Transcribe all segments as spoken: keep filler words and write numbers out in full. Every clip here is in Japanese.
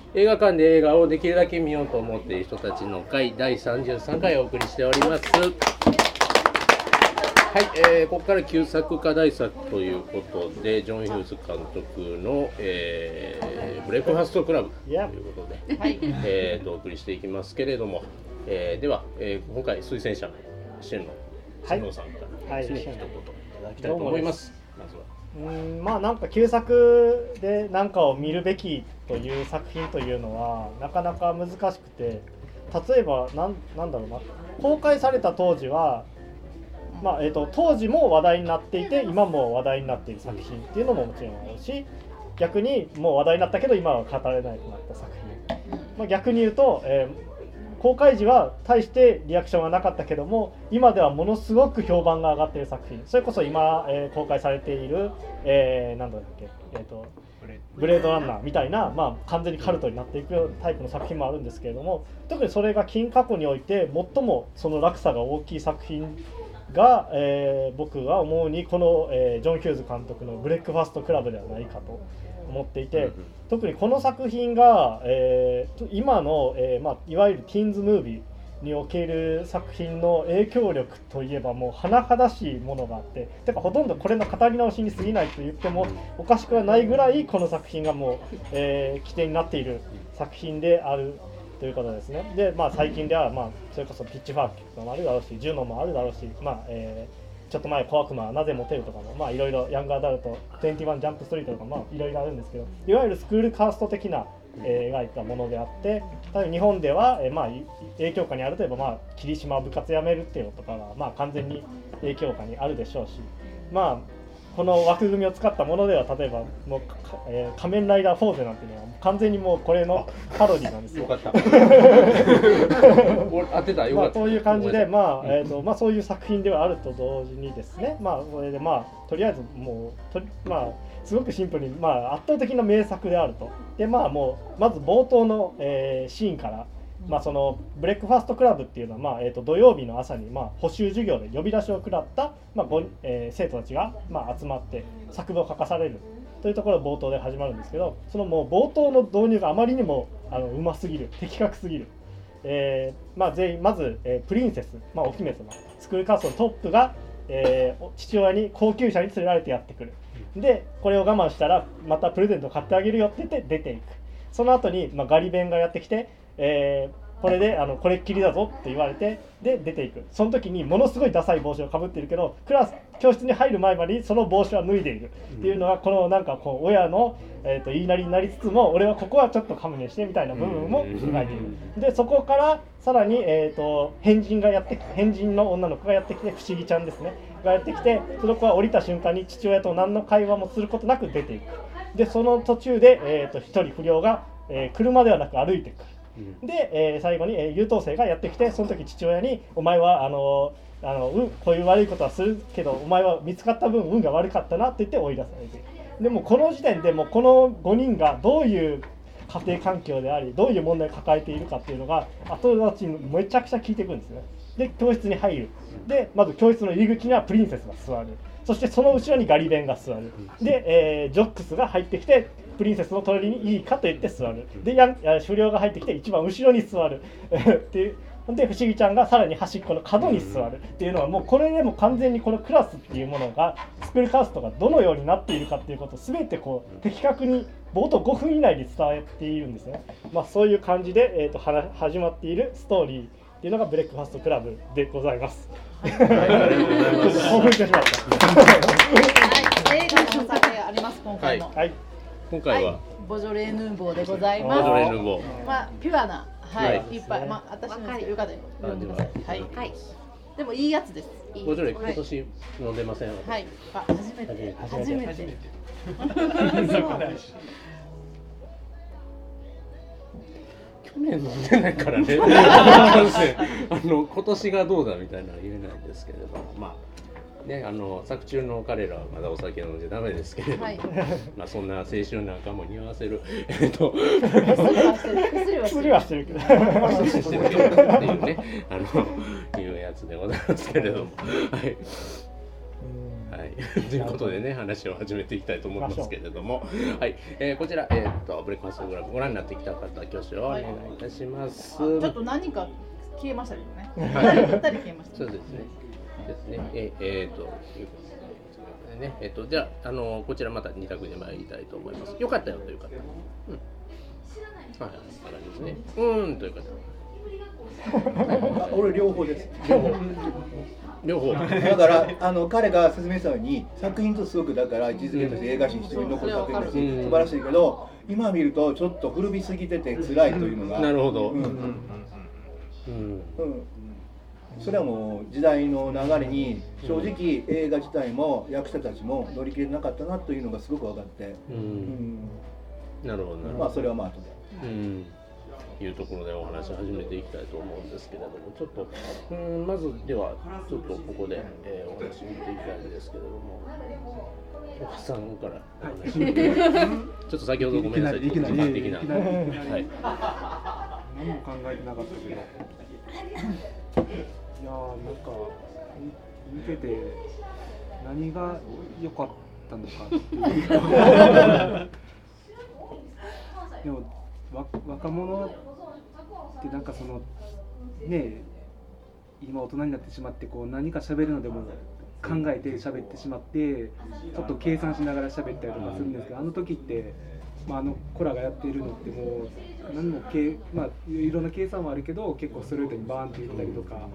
映画館で映画をできるだけ見ようと思っている人たちの会だいさんじゅうさんかいをお送りしております。はい、えー、ここから旧作課題作ということでジョン・ヒューズ監督の、えー、ブレックファストクラブということで、はい、えー、とお送りしていきますけれども、えー、では、えー、今回推薦者のシェンの新藤さんからですね、はい、一言いただきたいと思います。まずはうーんまあなんか旧作で何かを見るべきという作品というのはなかなか難しくて、例えばなんなんだろうな、公開された当時はまあえー、と当時も話題になっていて今も話題になっている作品っていうのももちろんあるし、逆にもう話題になったけど今は語れないくなった作品、まあ、逆に言うと、えー、公開時は大してリアクションがなかったけども今ではものすごく評判が上がっている作品、それこそ今、えー、公開されている、えー、なんだっけ、えー、とブレードランナーみたいな、まあ、完全にカルトになっていくタイプの作品もあるんですけれども、特にそれが近過去において最もその落差が大きい作品が、えー、僕が思うにこの、えー、ジョン・ヒューズ監督のブレックファストクラブではないかと思っていて、うんうん、特にこの作品が、えー、今の、えーまあ、いわゆるティーンズムービーにおける作品の影響力といえばもう甚だしいものがあって、てかほとんどこれの語り直しに過ぎないと言ってもおかしくはないぐらいこの作品がもう、えー、起点になっている作品であるということですね。で、まあ、最近では、まあ、それこそピッチファークもあるだろうし、ジュノもあるだろうし、まあえー、ちょっと前、小悪魔はなぜモテるとかも、まあ、いろいろヤングアダルト、にじゅういちジャンプストリートとか、まあ、いろいろあるんですけど、いわゆるスクールカースト的な、えー、描いたものであって、多分日本では、えーまあ、影響下にあるといえば、まあ、霧島部活やめるっていうのとかが、まあ、完全に影響下にあるでしょうし、まあこの枠組みを使ったものでは例えばもう、えー、仮面ライダーフォーゼなんていうのは完全にもうこれのパロディなんですよ。 よかった。俺当てたよかった。 まあそういう感じで、まあえーとまあ、そういう作品ではあると同時にですね、まあそれでまあとりあえずもうとまあすごくシンプルにまあ圧倒的な名作であると。でまあもうまず冒頭の、えー、シーンから。まあ、そのブレックファストクラブっていうのは、まあえー、と土曜日の朝にまあ補習授業で呼び出しを食らった、まあごえー、生徒たちがまあ集まって作文を書かされるというところが冒頭で始まるんですけど、そのもう冒頭の導入があまりにもあのうますぎる、的確すぎる、えーまあ、全員まず、えー、プリンセス、まあ、お姫様、スクールカーストのトップが、えー、父親に高級車に連れられてやってくる。でこれを我慢したらまたプレゼント買ってあげるよって言って出ていく。その後に、まあ、ガリ弁がやってきて、えー、これであのこれっきりだぞって言われてで出ていく。その時にものすごいダサい帽子をかぶっているけどクラス教室に入る前までにその帽子は脱いでいるっていうのがこのなんかこう親の、えー、と言いなりになりつつも俺はここはちょっとカムにしてみたいな部分も描いている。でそこからさらに、えー、と変人がやって変人の女の子がやってきて、不思議ちゃんですねがやってきて、その子は降りた瞬間に父親と何の会話もすることなく出ていく。でその途中で、えー、と一人不良が、えー、車ではなく歩いてくる。で、えー、最後に、えー、優等生がやってきて、その時父親にお前はあのあの、うん、こういう悪いことはするけどお前は見つかった分運が悪かったなって言って追い出されている。でもこの時点でもうこのごにんがどういう家庭環境でありどういう問題を抱えているかっていうのが後々にめちゃくちゃ効いてくるんですね。で教室に入る。でまず教室の入り口にはプリンセスが座る。そしてその後ろにガリ弁が座る。で、えー、ジョックスが入ってきてプリンセスの隣にいいかと言って座る。でヤン不良が入ってきて一番後ろに座るっていう。で不思議ちゃんがさらに端っこの角に座るっていうのはもうこれでも完全にこのクラスっていうものがスクールカーストがどのようになっているかっていうことを全てこう的確に冒頭ごふん以内に伝えているんですね。まあ、そういう感じで、えー、とは始まっているストーリーっていうのがブレックファストクラブでございます。はい、ありがとうございます。興奮してしまった。 はい、映画のお酒あります今回も。 はい。今回は、はい、 ボジョレーヌーボーでございます。 ボジョレーヌーボー。 まあピュアな、はい、はい、いっぱい、まあ私のですけどよかったら読んでください。はい。はい。でもいいやつです。 ボジョレ今年飲んでません。 はい。あ、初めて。初めて。初めて。 去年飲んでないからね。あの今年がどうだみたいなのは言えないんですけれど、まあね、あの作中の彼らはまだお酒飲んじゃダメですけれども、はい、まあそんな青春なんかも匂わせるえっと薬はしてるけど薬してるけどっていうね、あのいうやつでございますけれども、はい。 はい、ということでね話を始めていきたいと思いますけれども、はい、えー、こちら、えー、とブレックファストクラブご覧になってきた方挙手をお願いいたします。 ちょっと何か消えましたけどね。はい、ふたり消えました、ね。 そうですね。ですね。ええー、とねえっ、ー、とじゃああのこちらまたに択で参りたいと思います。よかったよという方。うん。はい、あらですね。うーんという方。 あ、俺両方です。 両方。両方。 だからあの彼が説明したように作品とすごくだから位置づけとして映画史に非常に残る作品だし、うん、素晴らしいけど今見るとちょっと古びすぎてて辛いというのが。 なるほど。うん。うん。 うん。それはもう時代の流れに正直映画自体も役者たちも乗り切れなかったなというのがすごく分かって、 うんうん、なるほどなるほど。 まあそれはまあ後で、 うんいうところでお話を始めていきたいと思うんですけれども、ちょっとうんまずではちょっとここで、えー、お話を見ていきたいんですけれども、おさんからお話を、はい、ちょっと先ほどごめんなさい、一般的な、はい、 何も考えてなかったけど、いやーなんか見てて何が良かったのかっていうでもわ若者ってなんかそのね今大人になってしまってこう何か喋るのでも考えて喋ってしまってちょっと計算しながら喋ったりとかするんですけど、あの時って、まあ、あの子らがやっているのってもう何もけ、まあ、いろんな計算もあるけど結構ストレートにバーンって言ったりとか、あの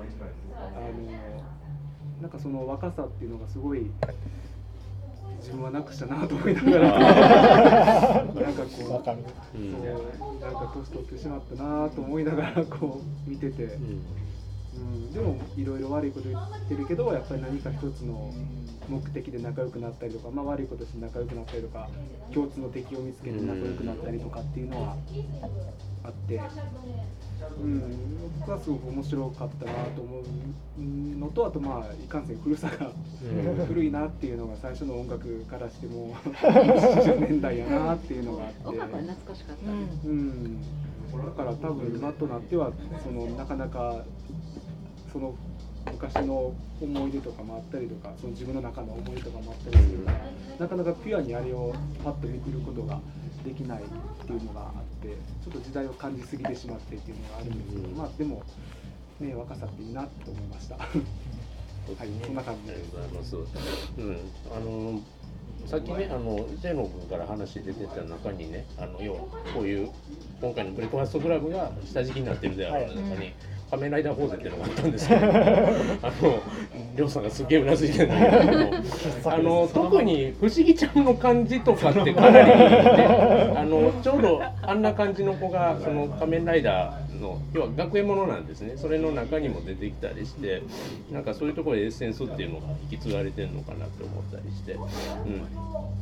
なんかその若さっていうのがすごい自分はなくしたなと思いながらなんかこう、そうなんか年取ってしまったなと思いながらこう見てて、うんうん、でもいろいろ悪いこと言ってるけどやっぱり何か一つの目的で仲良くなったりとか、まあ、悪いことして仲良くなったりとか共通の敵を見つけて仲良くなったりとかっていうのはあって、うん、僕はすごく面白かったなと思うのと、あとまあいかんせん古さが古いなっていうのが最初の音楽からしてもななじゅうねんだいやなっていうのがあって、 音楽は懐かしかった、 うん、だから多分今となってはそのなかなかその昔の思い出とかもあったりとか、その自分の中の思い出とかもあったりするから、なかなかピュアにあれをパッとめくることができないっていうのがあって、ちょっと時代を感じすぎてしまってっていうのがあるんですけど、まあでもね若さっていいなと思いました。はい、そんな感じで。ありがとうございます。 うん、あのさっきね、あのジェノ君から話出てた中にね、あの要はこういう今回のブレックファストクラブが下敷きになってるであろう中に、はい、仮面ライダーフォーゼっていうのがあったんですけど、あのりょうさんがすげえうなずいてるんだけど、あの特に不思議ちゃんの感じとかってかなりいいね、あのちょうどあんな感じの子がその仮面ライダーの要は学園ものなんですね。それの中にも出てきたりして、なんかそういうところでエッセンスっていうのが引き継がれてるのかなって思ったりして、うん、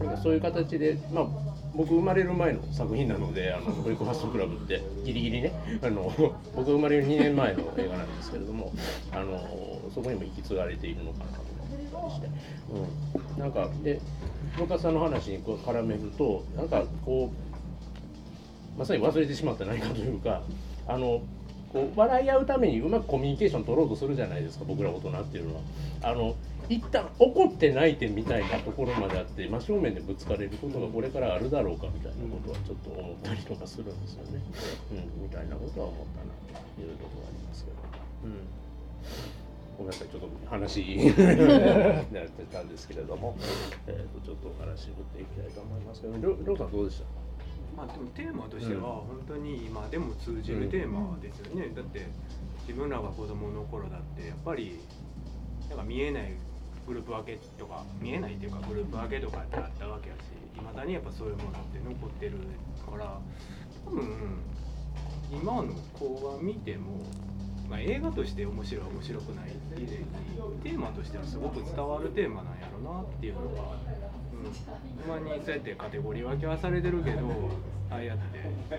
なんかそういう形で、まあ僕生まれる前の作品なので、あのブレックファストクラブってギリギリね、あの僕生まれるにねんまえの映画なんですけれども、あのそこにも引き継がれているのかなと思ったりして、うん、なんかで若さんの話にこう絡めると、なんかこうまさに忘れてしまった何かというか、あのこう笑い合うためにうまくコミュニケーション取ろうとするじゃないですか、僕ら大人っていうのは。あの一旦怒って泣いてみたいなところまであって、真正面でぶつかれることがこれからあるだろうかみたいなことはちょっと思ったりとかするんですよね、うん、みたいなことは思ったなというところがありますけど、うん、ごめんなさい、ちょっと話になってたんですけれども、えー、とちょっとお話を振っていきたいと思いますけど、りょうさんどうでした？ まあ、でもテーマとしては本当に今でも通じるテーマですよね、うん、だって自分らが子供の頃だってやっぱりなんか見えないグループ分けとか見えないっていうかグループ分けとかってあったわけやし、いまだにやっぱそういうものって残ってるから、多分今の子が見ても、まあ、映画として面白い面白くない以前にテーマとしてはすごく伝わるテーマなんやろなっていうのが、うん、今にそうやってカテゴリー分けはされてるけど、ああやって、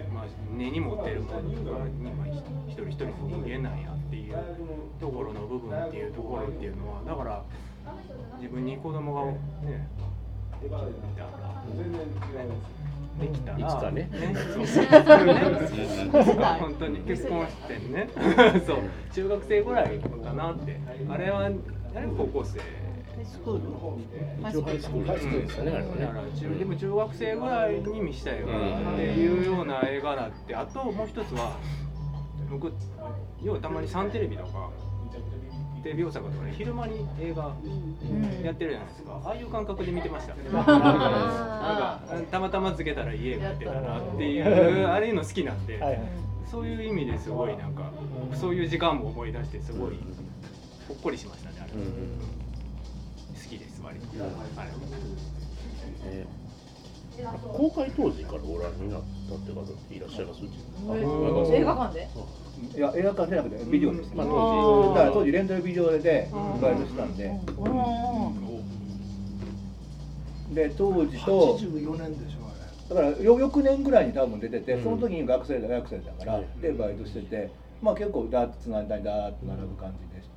まあ、根に持ってるものが今一人一人の人間なんやっていうところの部分っていうところっていうのは、だから自分に子供がねできたら、できたら、 いつかね、 ねそう本当に結婚してねそう中学生ぐらいかなって、あれはあれ高校生スクール一応ハイスクールですよね、あれはね。 でも中学生ぐらいに見した映画っていうような映画だって、あともう一つは僕要はたまにサンテレビとかテレビ大阪とかね、昼間に映画やってるじゃないですか、ああいう感覚で見てました。なんかたまたまつけたらいい映画やってたなっていうあれいうの好きなんで、そういう意味ですごいなんかそういう時間も思い出してすごいほっこりしましたね、あれ。好きです割と。あれ。 えー、公開当時からご覧になったって方っていらっしゃいます？ 映画館で？ いや映画館じゃなくてビデオです。まあ当時だから当時レンタルビデオでバイトしたんで。で当時とはちじゅうよねんでしょあれ。だから翌年ぐらいに多分出てて、その時に学生で大学生だからでバイトしてて、まあ結構ダーッとつないだりダーッと並ぶ感じでした。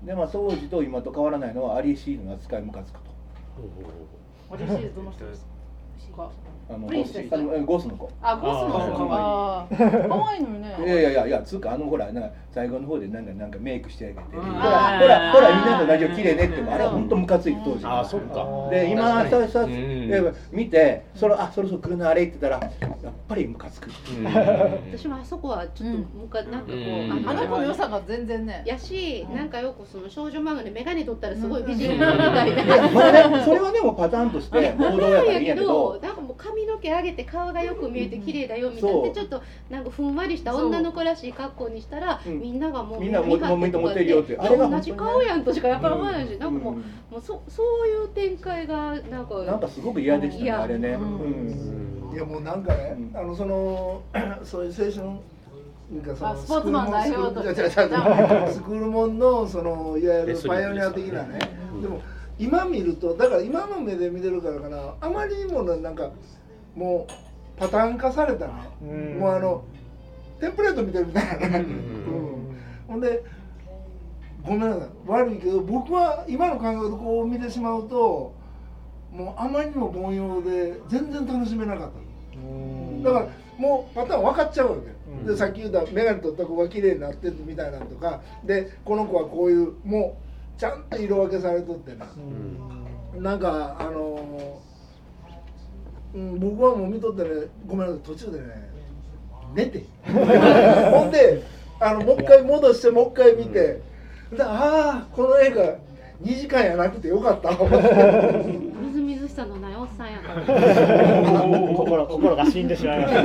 でまあ当時と今と変わらないのはアリシーの扱いムカつくと。 アリシーどの人ですか？ あのゴスの子。 あ、ゴスの子。ああ、可愛いのよね。 いやいやいやいや、つうかあのほらなんか最後の方でなんかなんかメイクしてあげて、ほらほらほらみんなと同じよ綺麗ねってあれ本当ムカついて当時。 あ、そっか。 で今ささ見てそれあそろそろ来るなあれって言ったらやっぱりムカつく。 私もあそこはちょっとムカなんかこうあの子の良さが全然ね。 やし、なんかよくその少女漫画でメガネ取ったらすごい美人みたいな。 まあね、それはでもパターンとして王道やからいいんやけど、 なんかもう髪の毛上げて顔がよく見えて綺麗だよみたいな、ちょっとなんかふんわりした女の子らしい格好にしたら、みんながもうみんなももみんな持ってるよって、 あれが同じ顔やんとしかやっぱり思わないし、なんかもうもうそそういう展開がなんかなんかすごく嫌でしたねあれね。 いやもうなんかね、あのそのそういう青春なんかそのスポーツマン代表としてスクールモンのそのいわゆるパイオニア的なね。でも今見るとだから今の目で見てるからかな、あまりにもなんかもうパターン化されたね。もうあのテンプレート見てるみたいなね。ほんでごめんなさい悪いけど僕は今の感覚でこう見てしまうともうあまりにも凡庸で全然楽しめなかった。だからもうパターン分かっちゃうわけ。でさっき言った眼鏡取った子が綺麗になってるみたいなのとかでこの子はこういうもうちゃんと色分けされとってね、うん、なんかあのーうん、僕はもう見とってねごめんなさい途中でね寝てほんであのもう一回戻してもう一回見て、うん、でああこの映画にじかんやなくてよかったみずみずしさのないおっさんやから心心が死んでしまいました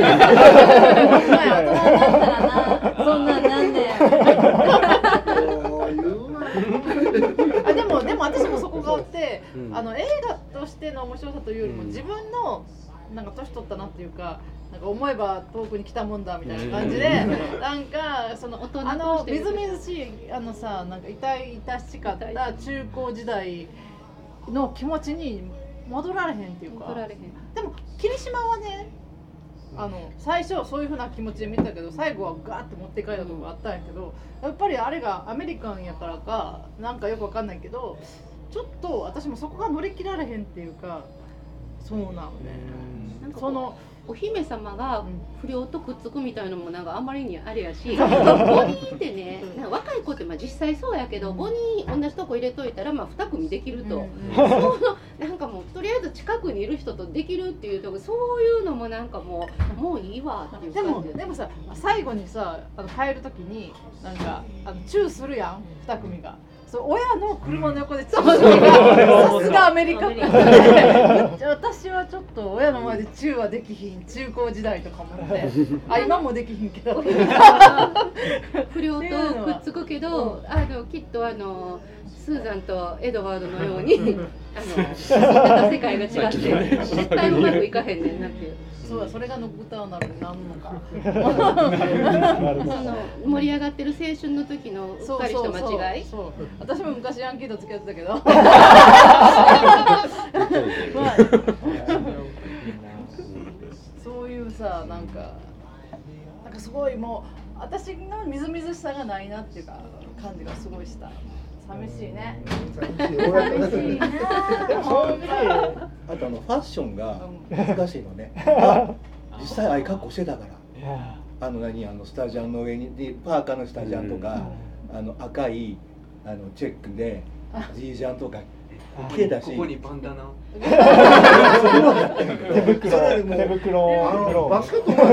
そんなんなんであでもでも私もそこがあって、うん、あの映画としての面白さというよりも、うん、自分のなんか年取ったなっていうかなんか思えば遠くに来たもんだみたいな感じで、うん、なんかそのあのみずみずしいあのさなんか痛々しかった中高時代の気持ちに戻られへんっていうかでも霧島はねあの最初そういう風な気持ちで見たけど最後はガーって持って帰ったとこがあったんやけどやっぱりあれがアメリカンやからかなんかよくわかんないけどちょっと私もそこが乗り切られへんっていうかそうなのねなんかそのお姫様が不良とくっつくみたいなのもなんかあまりにあれやしボニーってねなんか若い子ってまあ実際そうやけどボニー同じとこ入れといたらまあに組できると、うん、そのなんかもうとりあえず近くにいる人とできるっていうとこそういうのもなんかもうもういいわっていう感じでもでもさ最後にさあの帰る時になんかあのチューするやんに組が。そう親の車の横でチューするがさすがアメリカって私はちょっと親の前でチューはできひん中高時代とかもねあ今もできひんけど不良とくっつくけどあのきっとあのスーザンとエドワードのようにあの世界が違って絶対うまくいかへんねんなっていう。 そうだそれがノクターナルになんのかその盛り上がってる青春の時のうっかりした間違いそうそうそう私も昔ヤンキーと付き合ってたけどそういうさなんかなんかすごいもう私のみずみずしさがないなっていうか感じがすごいした寂しいね寂しいねあとあのファッションが難しいのねあ実際ああいう格好してたからあの何あのスタジャンの上にパーカーのスタジャンとかあの赤いあのチェックでじいちゃんとか毛だし、 ここにバンダナ手袋手袋あのバスケットボール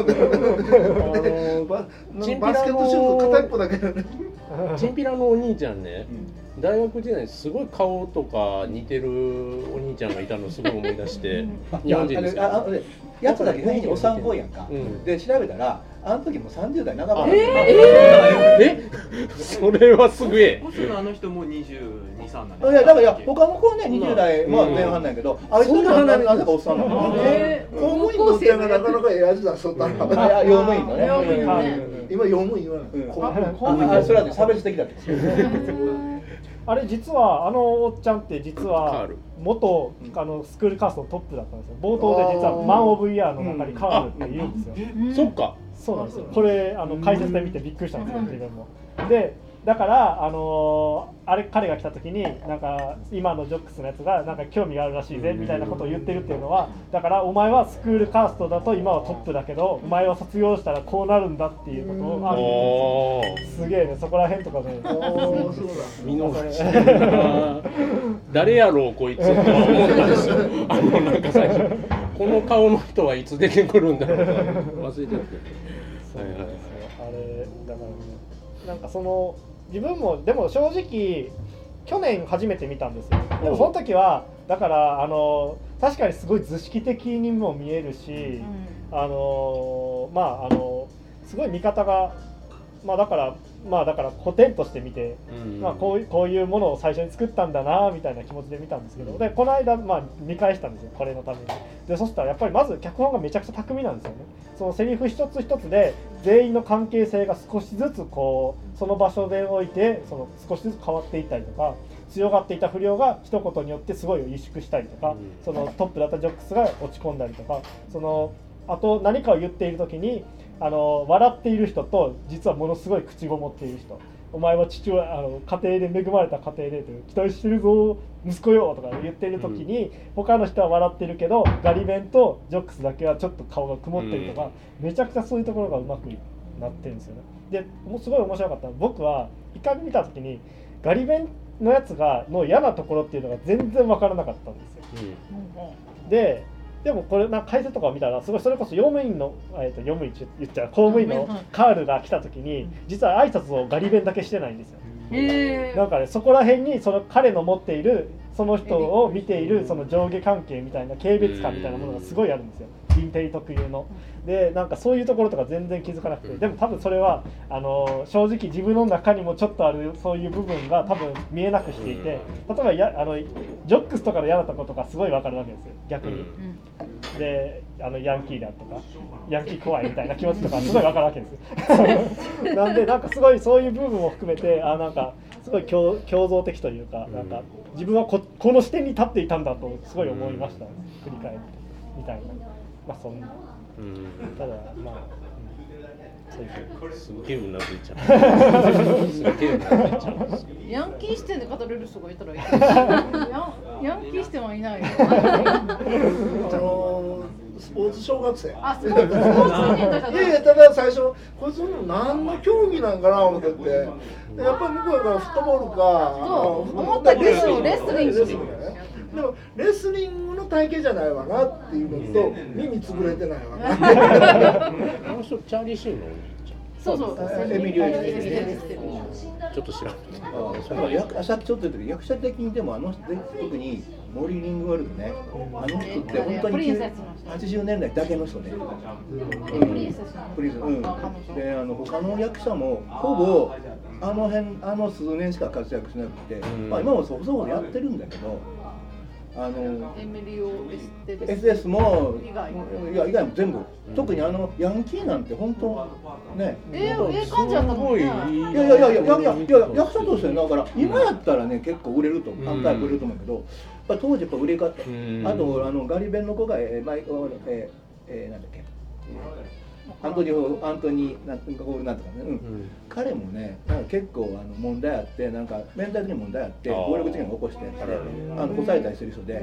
のバスケットシューズ片一方だけチンピラのお兄ちゃんね、大学時代にすごい顔とか似てるお兄ちゃんがいたのをすごい思い出して日本人ですからやつだけ変におっさんっぽいやんか、うん、で調べたらあの時もさんじゅう代半ば。 えー、えそれはすげえ。 あの人もにじゅうに、さんなんです。いやだからいや他の子はねにじゅう代まあ前半なんやけど、あいつはなぜかおっさんなの。 えー、公務員のおっちゃんがなかなかええやつだそったの。 あ用務員のね。 用務員ね。 今用務員言わない。 あそれはね差別的だって。 あれ実はあのおっちゃんって実は元あのスクールカーストのトップだったんですよ。冒頭で実はマン・オブ・イヤーの中にカールって言うんですよ。 そっか。 そうなんですよ。これあの解説で見てびっくりしたんですよ自分も。でだからあのー、あれ彼が来た時になんか今のジョックスのやつがなんか興味があるらしいぜみたいなことを言ってるっていうのはだからお前はスクールカーストだと今はトップだけどお前は卒業したらこうなるんだっていうことをあるんですよ。すげえねそこら辺とかね。 おそうだ。 見逃し誰やろうこいつとは思ったんですよ。あのなんか最初この顔の人はいつ出てくるんだろうか忘れちゃって。 そうなんですよ。あれだからねなんかその自分もでも正直去年初めて見たんですよ。でもその時はだからあの確かにすごい図式的にも見えるし、うん、あのまああのすごい見方がまあだからまあだから古典として見て、うん、まあこういうこういうものを最初に作ったんだなみたいな気持ちで見たんですけど、でこの間まあ見返したんですよこれのために。でそしたらやっぱりまず脚本がめちゃくちゃ巧みなんですよね。そのセリフ一つ一つで全員の関係性が少しずつこうその場所でおいてその少しずつ変わっていったりとか、強がっていた不良が一言によってすごい萎縮したりとか、そのトップだったジョックスが落ち込んだりとか、そのあと何かを言っている時にあの笑っている人と実はものすごい口ごもっている人、お前は父親あの家庭で恵まれた家庭でという期待してるぞ息子よとか言っている時に、うん、他の人は笑ってるけどガリベンとジョックスだけはちょっと顔が曇ってるとか、うん、めちゃくちゃそういうところがうまくなってるんですよね。でもうすごい面白かったのは僕は一回見た時にガリベンのやつがの嫌なところっていうのが全然分からなかったんですよ、うん、ででもこれなんか解説とかを見たらすごいそれこそ用務員の、えー、と用務員言っちゃう公務員のカールが来た時に実は挨拶をガリ弁だけしてないんですよ。 へー。 なんかねそこら辺にその彼の持っているその人を見ているその上下関係みたいな軽蔑感みたいなものがすごいあるんですよ。インテリ特有の。でなんかそういうところとか全然気づかなくて、でも多分それはあの正直自分の中にもちょっとあるそういう部分が多分見えなくしていて、例えばやあのジョックスとかの嫌なところとかすごい分かるわけですよ逆に。であのヤンキーだとかヤンキー怖いみたいな気持ちとかすごい分かるわけですなんでなんかすごいそういう部分も含めてあなんかすごい共造的というか、なんか自分は こ, この視点に立っていたんだとすごい思いました、ね、振り返ってみたいな、まあそんな、うん、ただまあ、うん、そういうすげえうなずいちゃうすげえうなずいちゃうヤンキー視点で語れる人がいたらいいけどヤン、ヤンキー視点はいないよあのスポーツ小学生あスポーツスポーツ人といやいやただ最初これその何の競技なんかな思っててやっぱり向こうからフットボールかそう思ったけどレスリングでもレスリングの体型じゃないわなっていうのと耳つぶれてないわなあの人チャーリー・シーンのお兄ちゃんそうそうエミリオ・エステルちょっと知らんあさっきちょっと言ったけど役者的にでもあの人特にモーリー・リングワルドねあの人って本当にはちじゅうねんだいだけの人ねプリンセスのプリンセスうんであの他の役者もほぼあの辺あの数年しか活躍しなくて、まあ、今もそこそこやってるんだけどあのエミリオ・エステルエスエス も以外いや以外も全部、うん、特にあのヤンキーなんて本当ねえー、ええ感じだったもんねいやいやいやいやいやいやいや役者としてだから今やったらね結構売れると何回も売れると思うけど、やっぱ当時やっぱ売れ方、うん、あとあのガリ弁の子がえー、マイえーえー、なんだっけアントニーアントニーなんとかホールなんとかね、うんうん、彼もねなんか結構あの問題あってなんかメンタル的に問題あって暴力事件を起こしてあの抑えたりする人で、うん、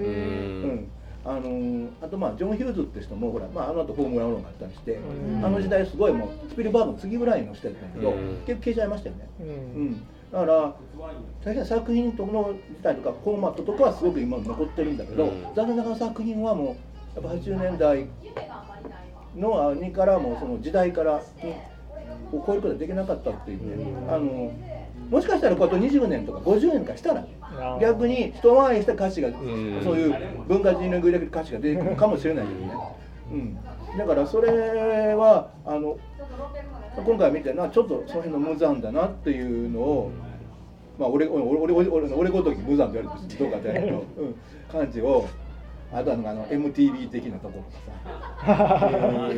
あのあとまあジョン・ヒューズって人もほら、まあ、あの後ホームラン論があったりしてあの時代すごいもうスピルバーグの次ぐらいの人だったんだけど結構消えちゃいましたよね、うん、 だから確かに作品との自体とかフォーマットとかはすごく今残ってるんだけど、うん、残念ながら作品はもうやっぱはちじゅうねんだいのにからもその時代からを超えることができなかったっていうね、うん、あのもしかしたらあとにじゅうねんとかごじゅうねんかしたら逆に一回りした歌詞が、うん、そういう文化人類学的歌詞が出てくるかもしれないけどね、うん、だからそれはあの今回見てるのはちょっとその辺の無残だなっていうのを、まあ俺俺俺俺俺俺ごとき無残であるとどうかってないけど、うん、感じをあとはあの エムティービー 的なところとかさ、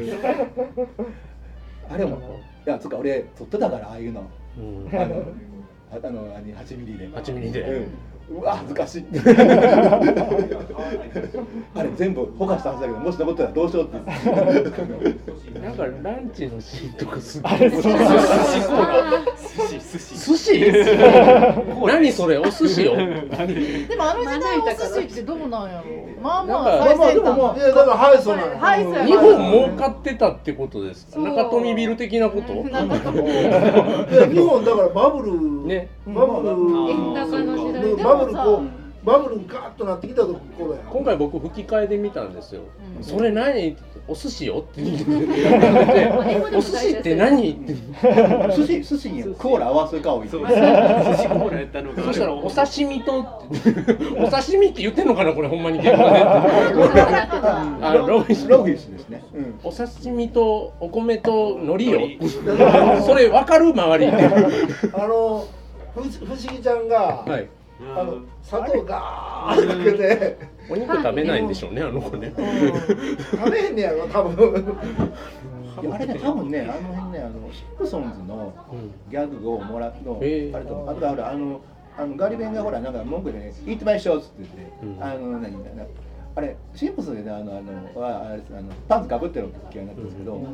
あれもいやつか俺撮ってたからああいうの、うん、あのあのはちミリではちミリで、 うん、うわ恥ずかしいあれ全部ほかしたはずだけどもし残ったらどうしようってなんかランチのシーンとかすごい寿司寿司何それお寿司よでもあの時代お寿司ってどうなんやろまあまあ最先端いやだからハイソなの日本儲かってたってことですか中富ビル的なこといや日本だからバブルねバブル円高の時代バブルこうバブルガーッとなってきたところや今回僕吹き替えで見たんですよ、うん、それ何お寿司よって言ってお寿司って何って寿司寿司にコーラ合わせかを言って寿司コーラやったのかそしたらお刺身とお刺身って言ってんのかなこれほんまに現場であのローフィッシュローフィッシュですね、 うん、お刺身とお米と海苔よそれ分かる周りあのふ不思議ちゃんが、はいあの砂糖ガーッかけてお肉食べないんでしょうねあの子ね、うん、 食べへんねやろ多分いやあれね多分ねあの辺ねあのシンプソンズのギャグをもらうの、うん、あれとあとあるあのあのガリベンがほらなんか文句でね「Eat my shorts」って言って、うん、あの何だなあれシンプソンズで、ね、あのあのあれあのパンツかぶってる時になったんですけど、うん、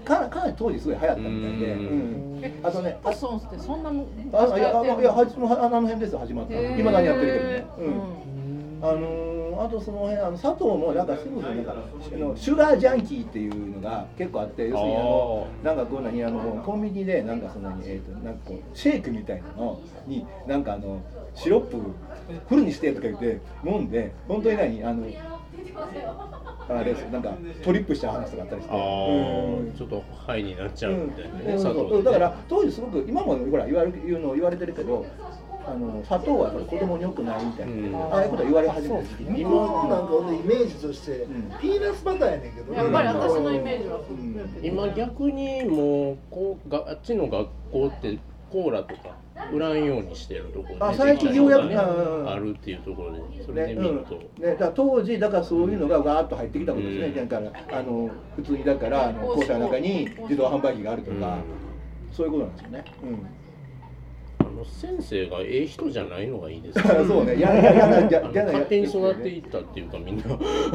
か, かなり当時すごい流行ったみたいで、うんえあとねシンプソンズってそんなもんあいやいやいやはじあの辺です始まった今何やってるけどね、うん、あのあとその辺あの佐藤もなんかシンプソンズなんかあのシュガージャンキーっていうのが結構あって要するにあのなんかこう何あのコンビニでなんかそのえっ、ー、となんかこうシェイクみたいなのになんかあのシロップフルにしてとか言って飲んで本当に何あのあれなんかトリップした話とかあったりして、 うん、ちょっとハイになっちゃうみたいなね、うん、 そうそうだから当時すごく今もほら言われる言うの言われてるけどあの砂糖はやっぱり子供に良くないみたいな、うん、ああいうこと言われ始めた時期今のなんか俺イメージとして、うん、ピーナッツバターやねんけど、 やっぱり私のイメージは、うん、 今逆にもうこうがあっちの学校ってコーラとか売らんようにしてるところ、ね、 あ最近ようやく、ね、 あるっていうところでそれで見ると、ねうんね、だから当時だからそういうのがガーッと入ってきたことですね、うん、だからあの普通にだからあの校舎の中に自動販売機があるとか、うん、そういうことなんですよね、 うん、あの先生がええ人じゃないのがいいですねそうねややややや勝手に育っていったっていうかみんな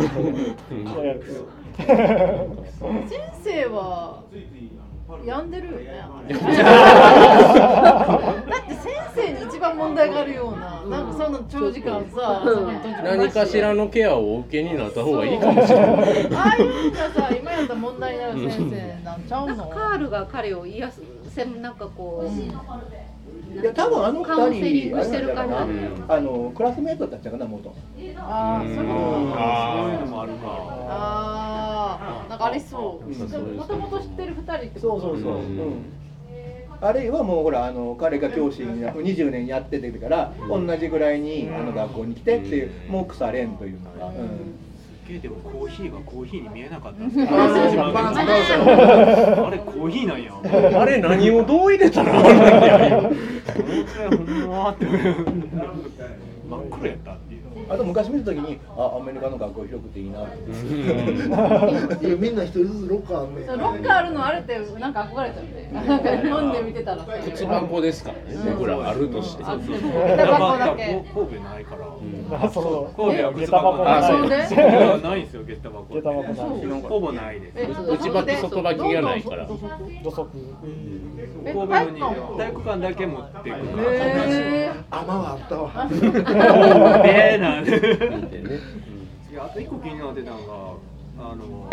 先生は病んでるよねだって先生に一番問題があるような、なんかその長時間さ、 何かしらのケアをお受けになった方がいいかもしれないああいうのがさ、今やったら問題になる先生なんちゃうの？ カールが彼を癒す、なんかこう、うん、 いや多分あのカウンセリングしてるかな、 あのクラスメートだったかな元。 ああ、そういうのもあるのもあるか。 ああ、なんかありそう。もともと知ってるふたりってこと。そうそうそう。うん、あるいはもうほらあの彼が教師ににじゅうねんやっててから、うん、同じぐらいにあの学校に来てっていう、うん、もう腐れんというのが。うんでもコーヒーがコーヒーに見えなかったんですけどあれコーヒーなんやあれ何をどう入れたのあれほんまって真っ黒やったっていうあと昔見たときにあアメリカの学校広くていいなってみんな一人ずつロッカーあるねロッカーあるのあれってなんか憧れたよねなんか日本で見てたら靴箱ですからね僕らあるとしてあっても下箱だけ神戸ないからあそう神戸は靴箱ないないんですよ下駄箱下駄箱ほぼないです内履き外履きがないから土足神戸に体育館だけ持っていくから雨はあったわねえな見てね、いやあと一個気になってたのがあの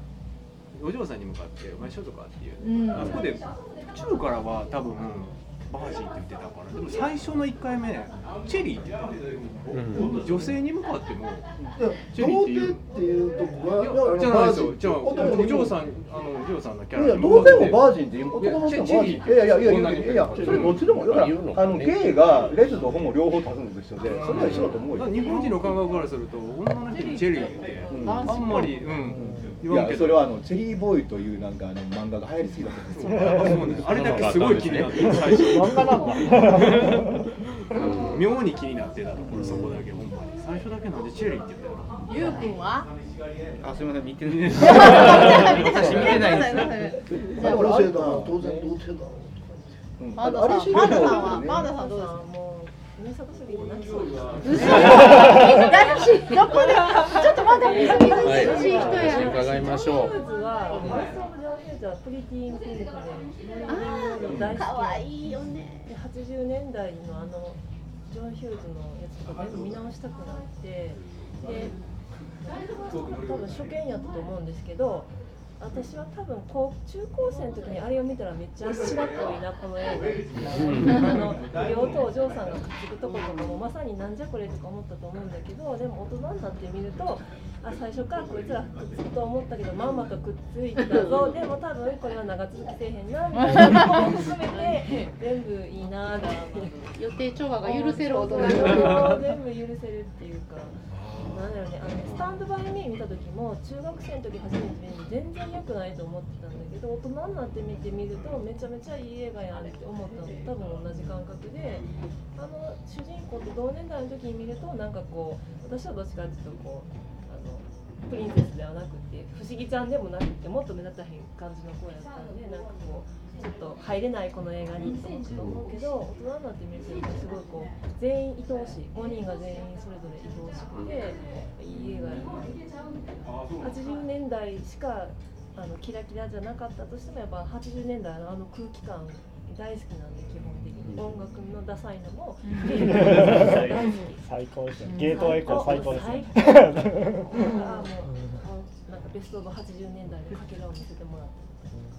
お嬢さんに向かって「お前ショートか?」っていう、うん、あそこで中からは多分バージンって言ってたから、でも最初のいっかいめチェリーって言ってて、うん、女性に向かってもチェリーっていうっていうとこがじゃないですよ。じゃあお嬢さん、あのお嬢さんのキャラいや同性もバージンっていう男の人もバージン、いやいやいやいやいやそれどっちでもだからあのゲイがレズとホモ両方足すのと一緒で、それは一緒だと思うよ。 日本人の感覚からすると女の人にチェリーって、うん、あんまりうん。 いやそれはあのチェリーボーイというなんかあの漫画が流行りすぎだったんですよ。 あれだけすごい気になって最初。 漫画なんだ。妙に気になってたところそこだけほんまに。最初だけなんでチェリーって言ったの？ ゆうくんは？ あ、すみません見てない。 写真見てないです。じゃあ同性だ当然同性だ。 パンダさん、パンダさんはパンダさんどうですか？ 水探すぎて泣きそうです。 どこで？ちょっとまだ水着涼しい人や。 伺いましょう。 まずはマスオブジョン・ヒューズはプリティーン・ピンクで、ああ、可愛いよね。ではちじゅうねんだいのあのジョン・ヒューズのやつとか全部見直したくなって、で多分初見やったと思うんですけど。私は多分高中高生の時にあれを見たらめっちゃ白っぽいなこの映画あの両とお嬢さんがくっつくとことかもまさになんじゃこれとか思ったと思うんだけど、でも大人になってみるとあ最初からこいつらくっつくと思ったけどまんまとくっついたぞでも多分これは長続きせえへんなみたいなのも含めて全部いいなだ予定調和が許せる大人全部許せるっていうか。なんだろうね、あのスタンドバイミー見た時も中学生の時初めて見るの全然良くないと思ってたんだけど大人になって見てみるとめちゃめちゃいい映画やんって思ったのと多分同じ感覚で、あの主人公と同年代の時に見るとなんかこう私はどっちかっていうとこうあのプリンセスではなくて不思議ちゃんでもなくてもっと目立たへん感じの子やったんでなんかこうちょっと入れないこの映画にって思ったと思うけど大人になって見るとすごいこう全員愛おしいごにんが全員それぞれ愛おしくていい映画やな。はちじゅうねんだいしかあのキラキラじゃなかったとしてもやっぱはちじゅうねんだいのあの空気感大好きなんで基本的に音楽のダサいのも大好き最高ですね。ゲートエコー最高ですね。 ああもうなんかベストオブはちじゅうねんだいのかけらを見せてもらった。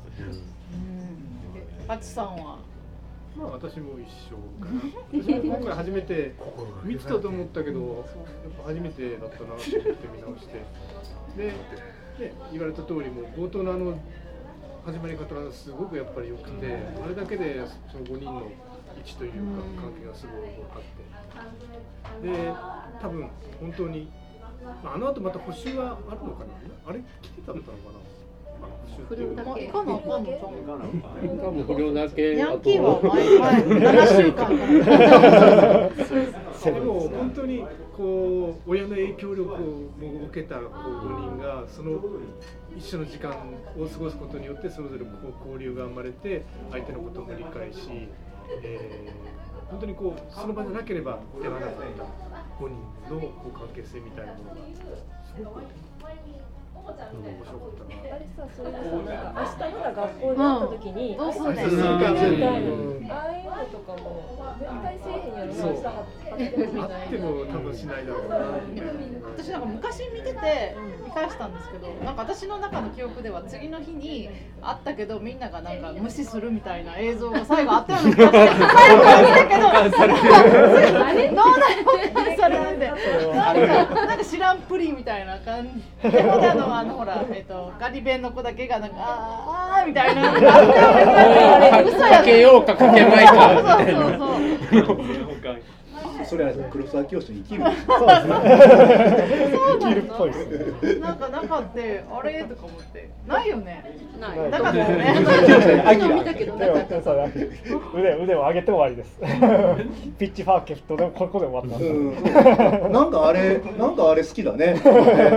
ハチさんは？ まあ私も一緒かな。私も今回初めて見てたと思ったけど、やっぱ初めてだったなと思って見直して、で、ね、言われた通りも冒頭のあの始まり方がすごくやっぱり良くて、あれだけでそのごにんの位置というか関係がすごい分かって、で、多分本当に、まあ、あの後また補修はあるのかな。あれ来てたのかな。 不良だけ。 かなかな。 多分不良だけ。 ヤンキーは前前ななしゅうかんから。 でも本当にこう親の影響力を受けたごにんがその一緒の時間を過ごすことによってそれぞれこう交流が生まれて相手のことも理解し、えー、本当にこうその場じゃなければ手がなかったごにんのこう関係性みたいなものがすごく。 あれさ、それでさ、なんか明日まだ学校で会った時に、 どうするね。 ああいうのとかも絶対せえへんやろな、明日あっても多分しないだろうな。 私なんか昔見てて見返したんですけど、なんか私の中の記憶では次の日にあったけどみんながなんか無視するみたいな映像が最後あったような気がして、最後はしたけど、あれどうなのそれなんで、なんかなんか知らんプリみたいな感じで、ほらのあのほらえっとガリ弁の子だけがなんかあーあーみたいな、あれ嘘やかけようかかけまいかみたいな。 そうそうそう。 それは黒沢清に生きる。 そうですね。生きるっぽいですね。 なんかなかってあれとか思ってないよね。 ない。 なかったよね。 昨日見たけどなかった。 腕腕を上げて終わりです。ピッチファーケットでここで終わった。 うん、なんかあれなんかあれ好きだね。 あれ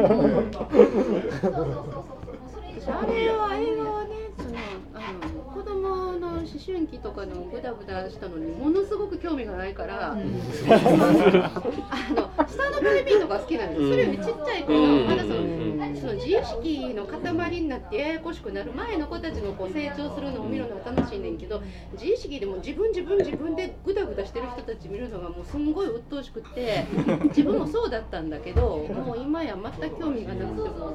は映画はね、そのあの子供の思春期とかのグダグダしたのにものすごく興味がないから、うん、あのスタンドバイミーとか好きなんです。それよりちっちゃい子のまだその、その自意識の塊になってややこしくなる前の子たちのこう成長するのを見るのが楽しいねんけど、自意識でも自分自分自分でグダグダしてる人たち見るのがもうすんごい鬱陶しくって、自分もそうだったんだけど、もう今や全く興味がなくても。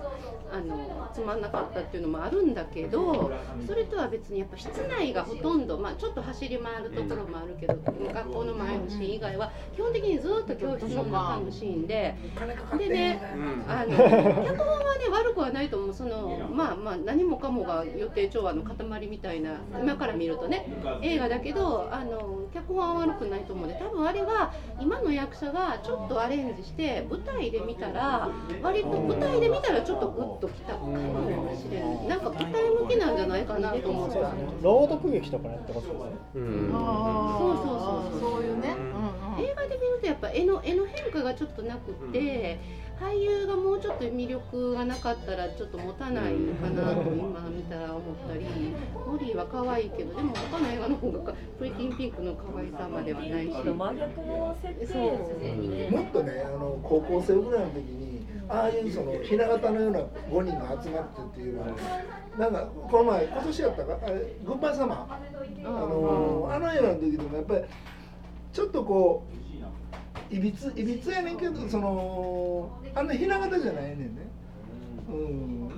あのつまんなかったっていうのもあるんだけど、それとは別にやっぱ室内がほとんど、まあ、ちょっと走り回るところもあるけど、学校の前のシーン以外は基本的にずっと教室の中のシーンで、でね、あの脚本はね悪くはないと思う。そのまあまあ何もかもが予定調和の塊みたいな、今から見るとね映画だけど、あの脚本は悪くないと思うので、多分あれは今の役者がちょっとアレンジして舞台で見たら割と舞台で見たらちょっとグッときたかもしれない。なんか舞台向きなんじゃないかなと思って。 朗読劇とかやってますよね。 うん、そうそうそうそういうね、 うんうん、映画で見るとやっぱ絵の絵の変化がちょっとなくて、うん、俳優がもうちょっと魅力がなかったらちょっと持たないのかなと今見たら思ったり、モリーは可愛いけど、でも他の映画の方がプリティンピンクの可愛さまではないし、 真逆の設定ですね。 もっとね、あの高校生ぐらいの時にああいうそのひな形のようなごにんが集まってっていうのは、なんかこの前今年やったかあれグッバイサマー、あのあの映画の時でもやっぱりちょっとこういびついびつやねんけど、そのあんなひな形じゃないねんね。うん、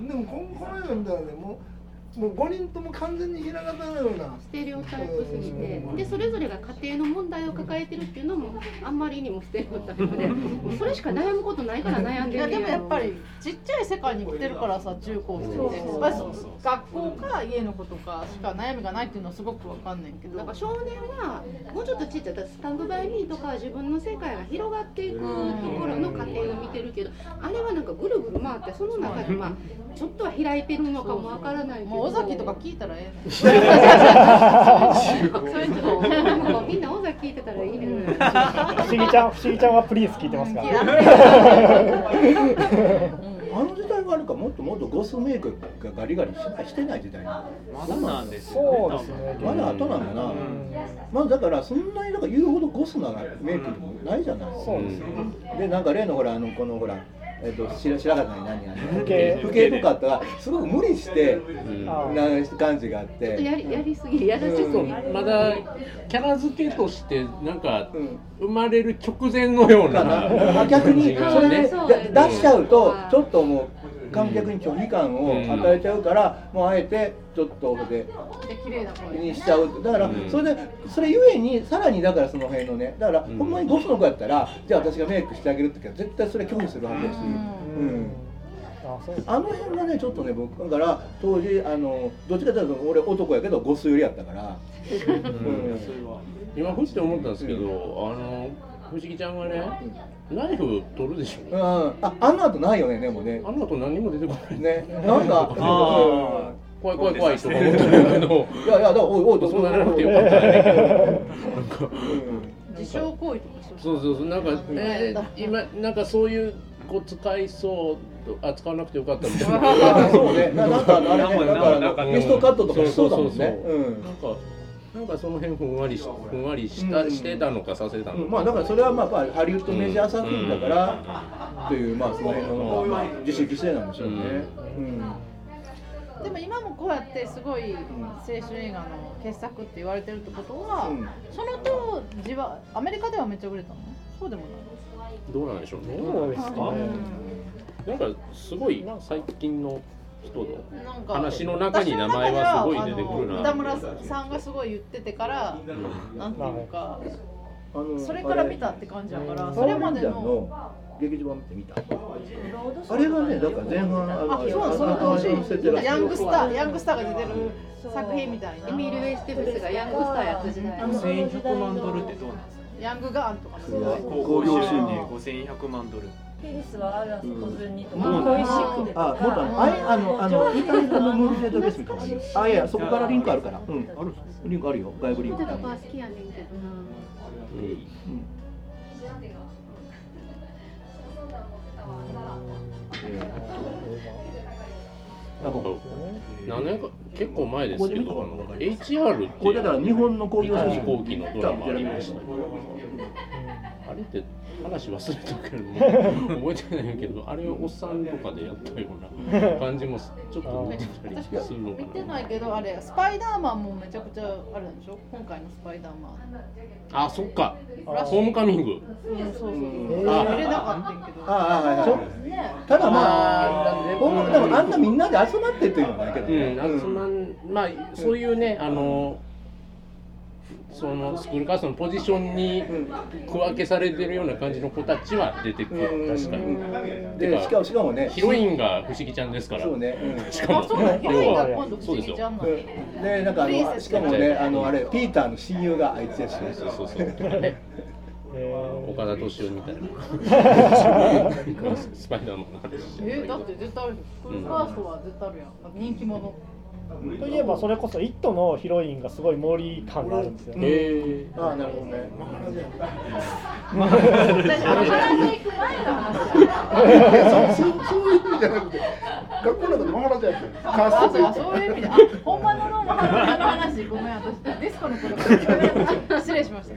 でもこのこの映画みたいなね、もうもうごにんとも完全にひな形のようなステレオタイプすぎて、でそれぞれが家庭の問題を抱えてるっていうのもあんまりにもステレオタイプで、それしか悩むことないから悩んでる。 いやでもやっぱりちっちゃい世界に来てるからさ、中高生ってやっぱり学校か家のことかしか悩みがないっていうのはすごくわかんないけど、 なんか少年はもうちょっとちっちゃいスタンドバイミーとか自分の世界が広がっていくところの過程を見てるけど、あれはなんかぐるぐる回ってその中でまあちょっとは開いてるのかもわからないけど、 尾崎とか聞いたらええねん。 それちょっとみんな尾崎聞いてたらいいね。不思議ちゃん、不思議ちゃんはプリンス聞いてますか。 あの時代があるか、もっともっとゴスメイクがガリガリしてない時代。 まだなんですよね。 そうですね。 まだ後なんだな。まあだからそんなになんか言うほどゴスなメイクもないじゃない。 そうですね。 でなんか例のほらあのこのほら。えっと白白髪に何やねん。 不景不景とかあったらすごく無理してな感じがあって。 やりやりすぎやらしすぎ。 まだキャラ付けとしてなんか生まれる直前のような。 逆にそれで出しちゃうとちょっともう観客に拒否感を与えちゃうから、もうあえてちょっとでにしちゃう。だからそれでそれゆえにさらにだからその辺のね、だからほんまにゴスの子やったらじゃあ私がメイクしてあげるって言うけど絶対それ拒否するはずだし、うん、あの辺がねちょっとね僕だから当時あのどっちかというと俺男やけどゴス寄りやったから、うん、 今ふって思ったんですけど、あの不思議ちゃんがね、ナイフ取るでしょ。 うん、あ、あの後ないよね、でもね。 あの後何も出てこないね。なんか、 怖い怖い怖いとか思ってるけど、 いやいや、だからおいおいとそうならなくてよかったね。なんか自傷行為とかそうそうそう、なんかえ今なんかそういうこう使いそう。あ、使わなくてよかったみたいな。 そうね。なんかあれなんかゲストカットとかしそうだもんね。うん。 なんか。なんかその辺ふんわりしふんわりした、うん、してたのかさせたのか、 うん、まあだからそれはまあハリウッドメジャー作品だから、うん、というまあその辺のまあ自主規制なんでしょうね。うんうん、 でも今もこうやってすごい青春映画の傑作って言われてるってことは、うん、その当時はアメリカではめっちゃ売れたの？そうでもない？ どうなんでしょうね。 そうですかね。 なんかすごい最近の人の話の中に名前はすごい出てくるな。 田村さんがすごい言っててから、うん、なんていうか、それから見たって感じだから、それまでの劇場版見てみた。あれがね、だから前半あのそうその当時ヤングスターヤングスターが出てる作品みたいな。 エミール・ウェイステブスがヤングスターやった時代。 せんひゃくまんドルってどうなんですか？ ヤングガーンとか興行収入ごせんひゃくまんドル。 ペリスはあるあそこ順にとか、 うん、 美味しくあ、もっとあのああのあのインターネットのムービーデータベースみたいな。あ、いやそこからリンクあるから。うん、あるリンクあるよ。外部リンク。 見てた子は好きやねんけどな。うん。 なんか何年か結構前ですけど、あの エイチアール ってこれだから日本の興行収入飛行機のドラマありました。ああれって話忘れたけど覚えてないけど、あれをおっさんとかでやったような感じもちょっと似てたりするのかな。 見てないけど、あれスパイダーマンもめちゃくちゃあるんでしょ、今回のスパイダーマン。 あ、そっか、ホームカミング。 そうそうそう、見れなかったんけど。 ああ、はいはい。ただまあ、でもあんなみんなで集まってっていうのはないけどね。 うん、集まん、まあそういうね、あのそのスクールカーストのポジションに区分けされてるような感じの子たちは出てくる、確かに。 でしかもしかもね、 ヒロインが不思議ちゃんですから。 そうね。 しかもヒロインが今度不思議ちゃんなんで。 でなんかあのしかもね、あのあれピーターの親友があいつやし。 そうそうそう。岡田敏夫みたいなスパイダーマンの話。 えー、だって絶対ある。スクールカーストは絶対あるやん。人気者。 といえばそれこそ「イット!」のヒロインがすごい森感があるんですよね。 へああ、なるほどね。 まあ、原宿行く前の話。そういう意味じゃなくて、学校の中でマハラジャやってる。カーストで。 そういう意味で、あ、本場のマハラジャの話、ごめん、私ディスコの頃から失礼しました。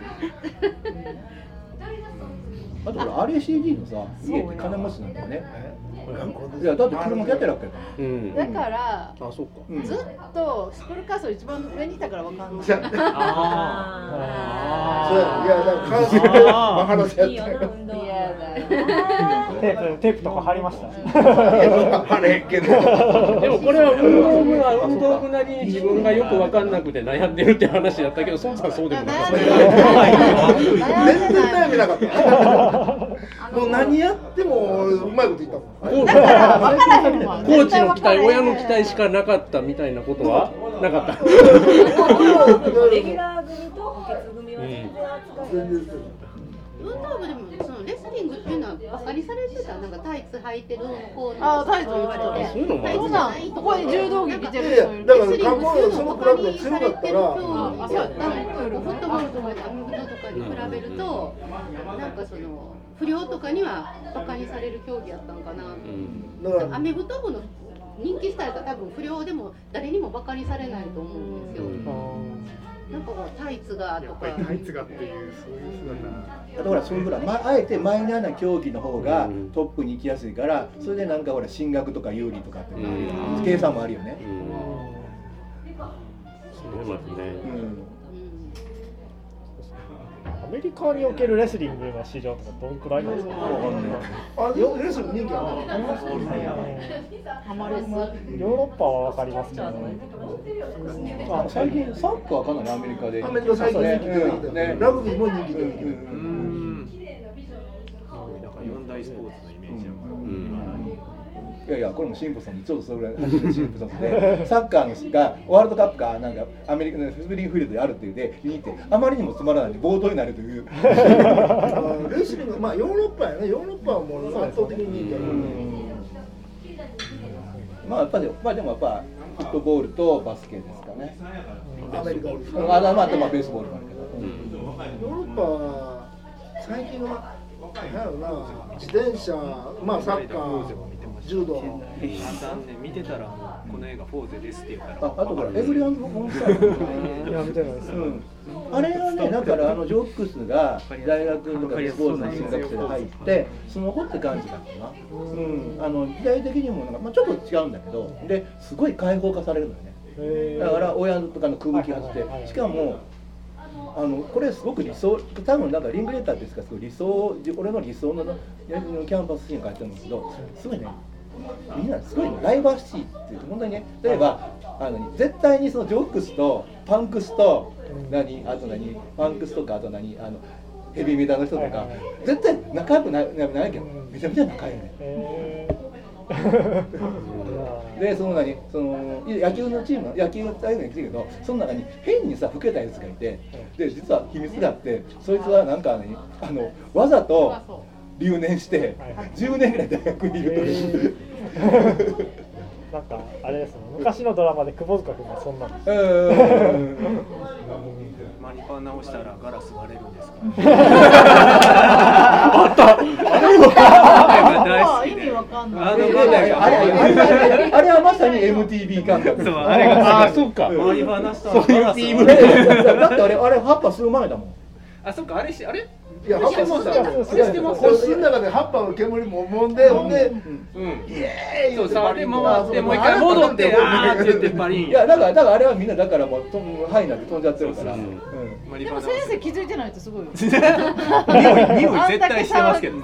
あとこれ アールエーシーディー のさ、家って金持ちなんだよね。いやだって車やってるわけだ。 うん。 だから、 あ、そうか。 ずっとスクールカースト一番上にいたからわかんない。 ああ。そうや、いやだからカーストでマハラジャやってる。 いやだよ。 テープテープとか貼りました。 貼れへんけど。 でもこれは運動部は運動部なりに自分がよく分かんなくて悩んでるって話だったけど、孫さんそうでもなかった。 全然悩みなかった。もう何やってもうまいこと言ったもん。 コーチの期待、親の期待しかなかったみたいなことはなかった。 レギュラー組と補欠組は全然扱いない。 運動部でもそのレスリングっていうのはバカにされてた。なんかタイツ履いてる方あ、タイツ言われて。 そういうのもある。 そんなんここに柔道着着てる人いる。 だから看護そのクラブが強かったら、 フットボールとかアメフトとかに比べると、なんかその不良とかにはバカにされる競技やったんかな。うん、アメフト部の人気スタイルが多分不良でも誰にもバカにされないと思うんですよ。なんかタイツがとか。 タイツがっていうそういう姿。 だからそういうぐらい、まあえてマイナーな競技の方がトップに行きやすいから、それでなんかほら進学とか有利とかっていう計算もあるよね。 そうですね。 アメリカにおけるレスリングの市場とかどんくらいなんですか。 あ、レスリング人気ある。 ありますね。 ハマレス。 ヨーロッパはわかりますけど。 あ、最近サッカーはかなりアメリカで。 アメリカ最近人気でね。ラグビーも人気で。うん。 だから四大スポーツのイメージだから。 いやいや、これもシンプソンにちょっとそれぐらいシンプソンでサッカーのがワールドカップかなんかアメリカのスプリングフィールドであるっていうで見に行ってあまりにもつまらないんで暴動になるというレスリング、まあヨーロッパやね。ヨーロッパはもう圧倒的に人気ある。 まあやっぱり、まあでもやっぱフットボールとバスケですかね。 アメリカですか。 あ、まああとまあベースボールもあるけど。 ヨーロッパは最近はなんやろな、自転車、まあサッカー、柔道。 見てたらもうこの映画フォーゼですって言うから。 あ、あとからエブリワンのモンスター。 いや見てないです。 あれはね、だからあのジョックスが大学とかスポーツの進学生で入ってその子って感じだったな。うん、あの時代的にもなんか、まあ、ちょっと違うんだけど、ですごい開放化されるのよね。だから親とかの空気発してしかもあのこれすごく理想、多分なんかリングレーターですか、すごい理想、俺の理想のキャンパスシーン書いてるんですけど、すごいね、みんなすごいライバーシティっていうと本当にね、例えばあの絶対にそのジョックスとパンクスと何あと何パンクスとかあと何あのヘビーメタルの人とか絶対仲良くないないけどめちゃめちゃ仲良いね。でその何その野球のチーム野球のチームに来てるけどその中に変にさ老けたやつがいてで実は秘密があってそいつはなんか、ね、あのわざと留年してじゅうねんぐらい大学にいるという。 なんかあれですね、昔のドラマで窪塚君がそんなんです。 マニパン直したらガラス割れるんですか。 あった。 あれ意味わかんない。 あれあれはまさに エムティービー 感覚。 そうあれがあそっか。 マニパン直したらガラス割れる。 だってあれあれ葉っぱする前だもん。 あ、そっか、あれし、あれいや、葉っぱもさ、星の中で葉っぱの煙ももんで、ほんで、イエーイそうさ、で回ってもう一回戻ってあーって言ってパリン。 いや、だからだからあれはみんなだからもう飛ぶ範囲なんて飛んじゃってるから。 でも先生気づいてないってすごいよ。 匂い匂い絶対してますけど。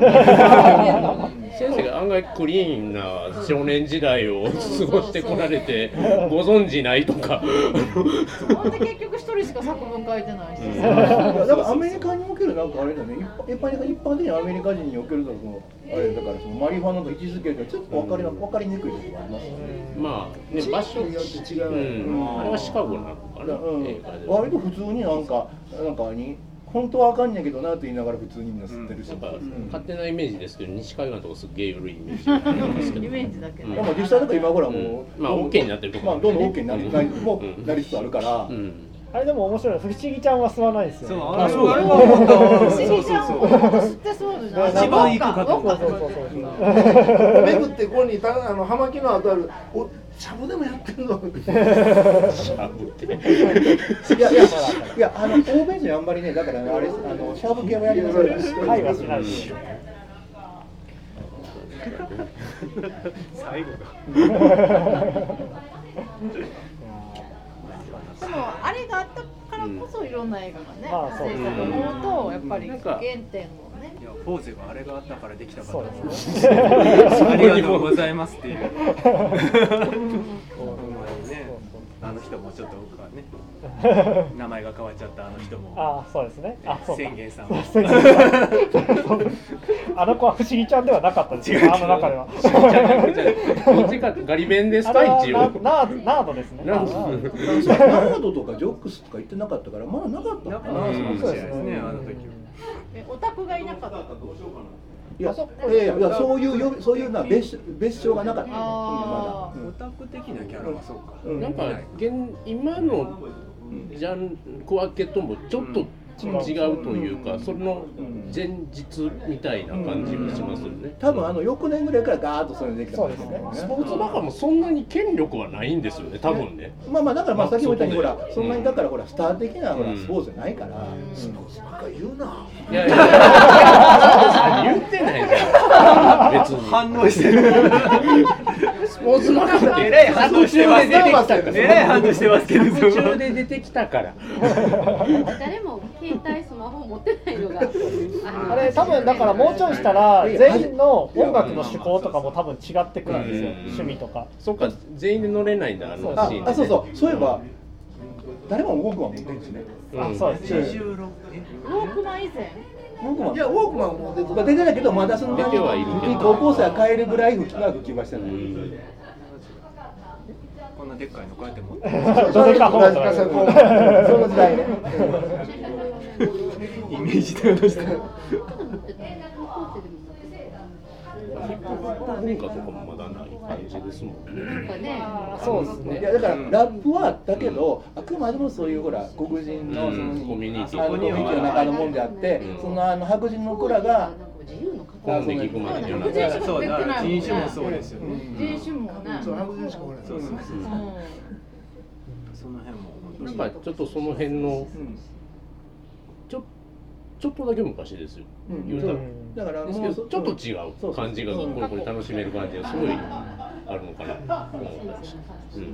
先生が案外クリーンな少年時代を過ごしてこられてご存じないとか。 ほんで結局一人しか作文書いてないし。 だからアメリカにおけるなんかあれだね、一般一般的にアメリカ人におけるそのあれだからそのマリファナの位置づけがちょっと分かり分かりにくいところがありますね。 まあね、場所によって違う。 あれはシカゴなのかな。 割と普通になんかなんかに。本当はあかんねんけどなと言いながら普通にみんな吸ってるし、 うん、なんか勝手なイメージですけど西海岸のとこすっげえ緩いイメージなんですけどイメージだけど、 でも実際だから今頃はもう、 うん、まあ OK になってるところ、 まあどんどん OK になりもうなりつつあるから、うん、 あれでも面白い、不思議ちゃんは吸わないですよ、ね。 そう、あれはあれは本当。 不思議ちゃんも吸ってそうじゃない。 一番行くかと。 そうそうそうそう。 巡ってここにたあの葉巻の後ある。おシャブでもやってんの。 シャブって。 いやいやいやあの欧米人あんまりねだからあれあのシャブ系はやりませんから。 はいはしないです。 最後か。 でもあれがあったからこそいろんな映画がね、 まあそうですね。 思うとやっぱり原点をね。 いや、フォーゼがあれがあったからできたから。 そうですね。 ありがとうございますっていう。あの人もちょっと僕はね、名前が変わっちゃったあの人も。 あ、そうですね。あ、そうか。 宣言さん。 あの子は不思議ちゃんではなかったですよ。あの中では。 どっちかガリ弁ですか一応。 ナーナードですね。 ナードとかジョックスとか言ってなかったからまだなかった。なかったですねあの時は。 え、オタクがいなかった。 いや、いやいやそういうそういうな別別称がなかった。まだオタク的なキャラはそうか。 なんか現今のジャンク分けともちょっと違うというか、その前日みたいな感じがしますよね。 多分あの翌年ぐらいからガーッとそれできた。 そうですね。 スポーツバカもそんなに権力はないんですよね、多分ね。 まあまあだからまあ先ほど言ったようにほらそんなにだからほらスター的なほらスポーツじゃないから。 スポーツバカ言うな。 いやいや言ってないじゃん。別に反応してる。 スポーツバカってえらい反応してますけど。えらい反応してますけど。 途中で出てきたから。 誰も携帯スマホ持ってないのが。 あれ多分だからもうちょいしたら全員の音楽の趣向とかも多分違ってくるんですよ、趣味とか。 そっか、全員で乗れないんだあのシーンで。 あ、そうそう、そういえば誰もウォークマン持ってるんですね。 あ、そうです。 ウォークマン以前。 いやウォークマンも出てた。出てたけどまだその出てはいるけど。 高校生は買えるぐらい普及が普及はしてない。 こんなでっかいのこうやって持って。 どれか本当その時代ね。 イメージでどうした。 文化とかもまだない感じですもんね。 そうですね。 いやだからラップはあったけど、あくまでもそういうほら黒人のそのコミュニティの中のもんであって、そのあの白人の子らが本で聞くまでじゃなくて、 そうだ、人種もそうですよね。 人種もね。 そう白人しかおらない。 そうそうそう。その辺もなんかちょっとその辺のちょちょっとだけ昔ですよ。言うたら。 だからですけどちょっと違う感じがこれこれ楽しめる感じがすごいあるのかなと思いました。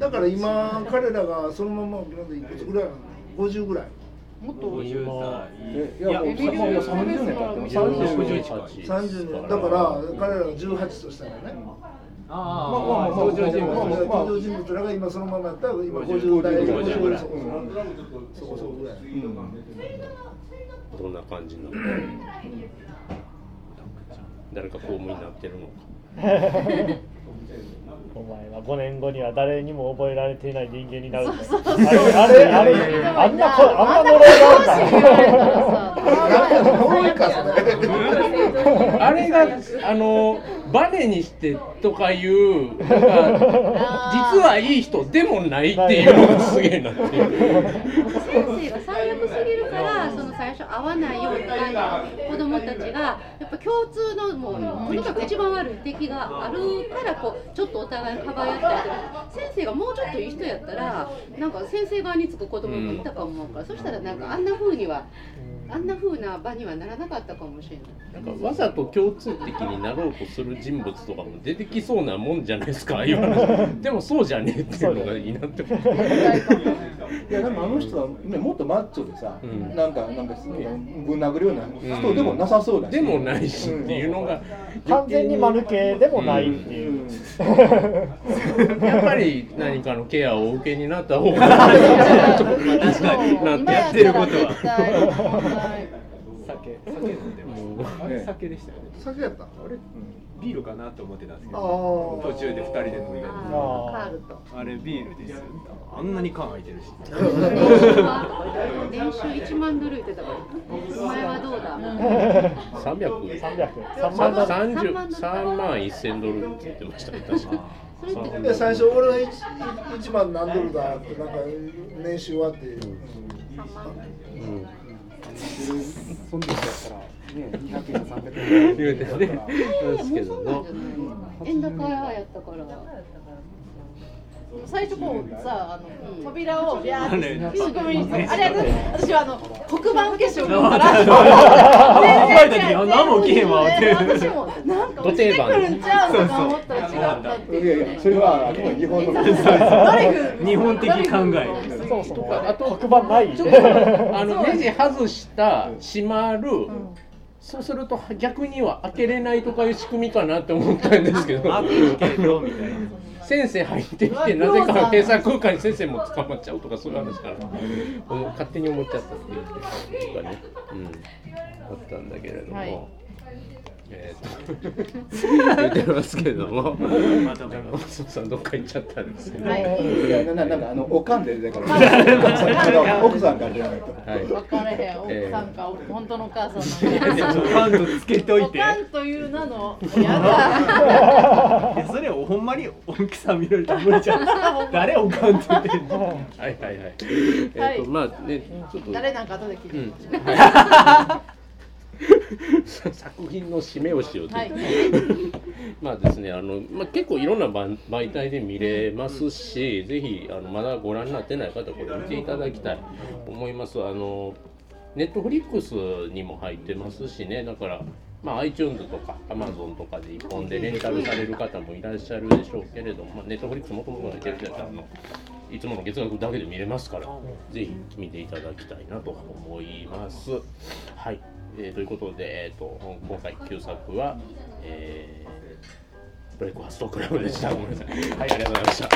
だから今彼らがそのままいくつぐらいなの？ごじゅうぐらい。 もっとごじゅういやもうさんじゅうねん経ってます。 さんじゅうねんだから彼らがじゅうはちとしたらね。 ああ、まあまあ登場人物登場人物らが今そのままやったら今ごじゅう代ごじゅうぐらい。そうそうぐらい。 どんな感じなのか。誰か公務員になってるのか。 お前はごねんごには誰にも覚えられていない人間になる。あれあれあれあんなこあんな呪いがあるんだ。 呪いかそれ。 あれがあのバネにしてとかいうなんか実はいい人でもないっていうのがすげえなっていう。 先生が最悪すぎるからその最初合わないように子供たちがやっぱっぱ共通のもうとにかく一番悪い敵があるからこうちょっとお互い幅やったりとか、先生がもうちょっといい人やったらなんか先生側につく子供もいたか思うから、そしたらなんかあんな風にはあんな風な場にはならなかったかもしれない。 なんかわざと共通的になろうとする人物とかも出てきそうなもんじゃないですか。言わないでもそうじゃねえっていうのがいいなって思う。 いやでもあの人は、ね、もっとマッチョでさ、うん、なんかなんかぶん殴るような人でもなさそうだし、 でもないしっていうのが完全に丸系でもないっていう、うんうん、やっぱり何かのケアをお受けになった方が確かになってやってることは酒、酒飲んでます。あれ酒でしたよね。 酒やった。あれ、 ビールかなと思ってたんですけど、途中で二人で飲んでる。 ああれビールですよ。あんなに缶開いてるし。 年収いちまんドル言ってたから。お前はどうだ。 三百、 三百、 三十、三万一千ドルって言ってましたね。確か。 で最初俺が一万何ドルだってなんか年収はっていう。 そんでやったらね、にひゃくえんさんびゃくえん言うてね。ですけどの。 円高やったから。 最初こうさ、あの扉をビャーって仕組みにして、あれ私はあの黒板消しを見たら全然違う。 何も消えんわって。 私もなんか落ちてくるんちゃうとか思ったら違ったっていう。 いやいやそれは日本の日本的考え。 そうそう。あと黒板ない。 あのネジ外した閉まる。そうすると逆には開けれないとかいう仕組みかなって思ったんですけど。先生入ってきてなぜか閉鎖空間に先生も捕まっちゃうとかそういう話から勝手に思っちゃったっていうかね、うん、あったんだけれども、はい、えー、と言ってますけれども、マスオさんどっか行っちゃったんですけど、はい、 いやななんかあのおかんでだから奥さんからじゃないと、 はい、分からへん奥さんか、はい、本当のお母さんなんかおかんとつけといて、 おかんという名のやだいやそれをほんまに大きさ見られたら無理じゃん誰おかんって言ってんの。はいはいはい、えー、と、はい、まあねちょっと誰なんか後で聞いて、うんはい作品の締めをしようと、はい、まあですねあの、まあ、結構いろんな媒体で見れますし、ぜひあのまだご覧になってない方これ見ていただきたいと思います。あのネットフリックスにも入ってますしね、だからまあ、iTunes とか Amazon とかで一本でレンタルされる方もいらっしゃるでしょうけれども、まあ、ネットフリックスもともと入ってるやつはあのいつもの月額だけで見れますから、ぜひ見ていただきたいなと思います。はい、えー、ということで、えー、と今回旧作は、えー、ブレイクファストクラブでした。ごめんなさい。はい、ありがとうございました。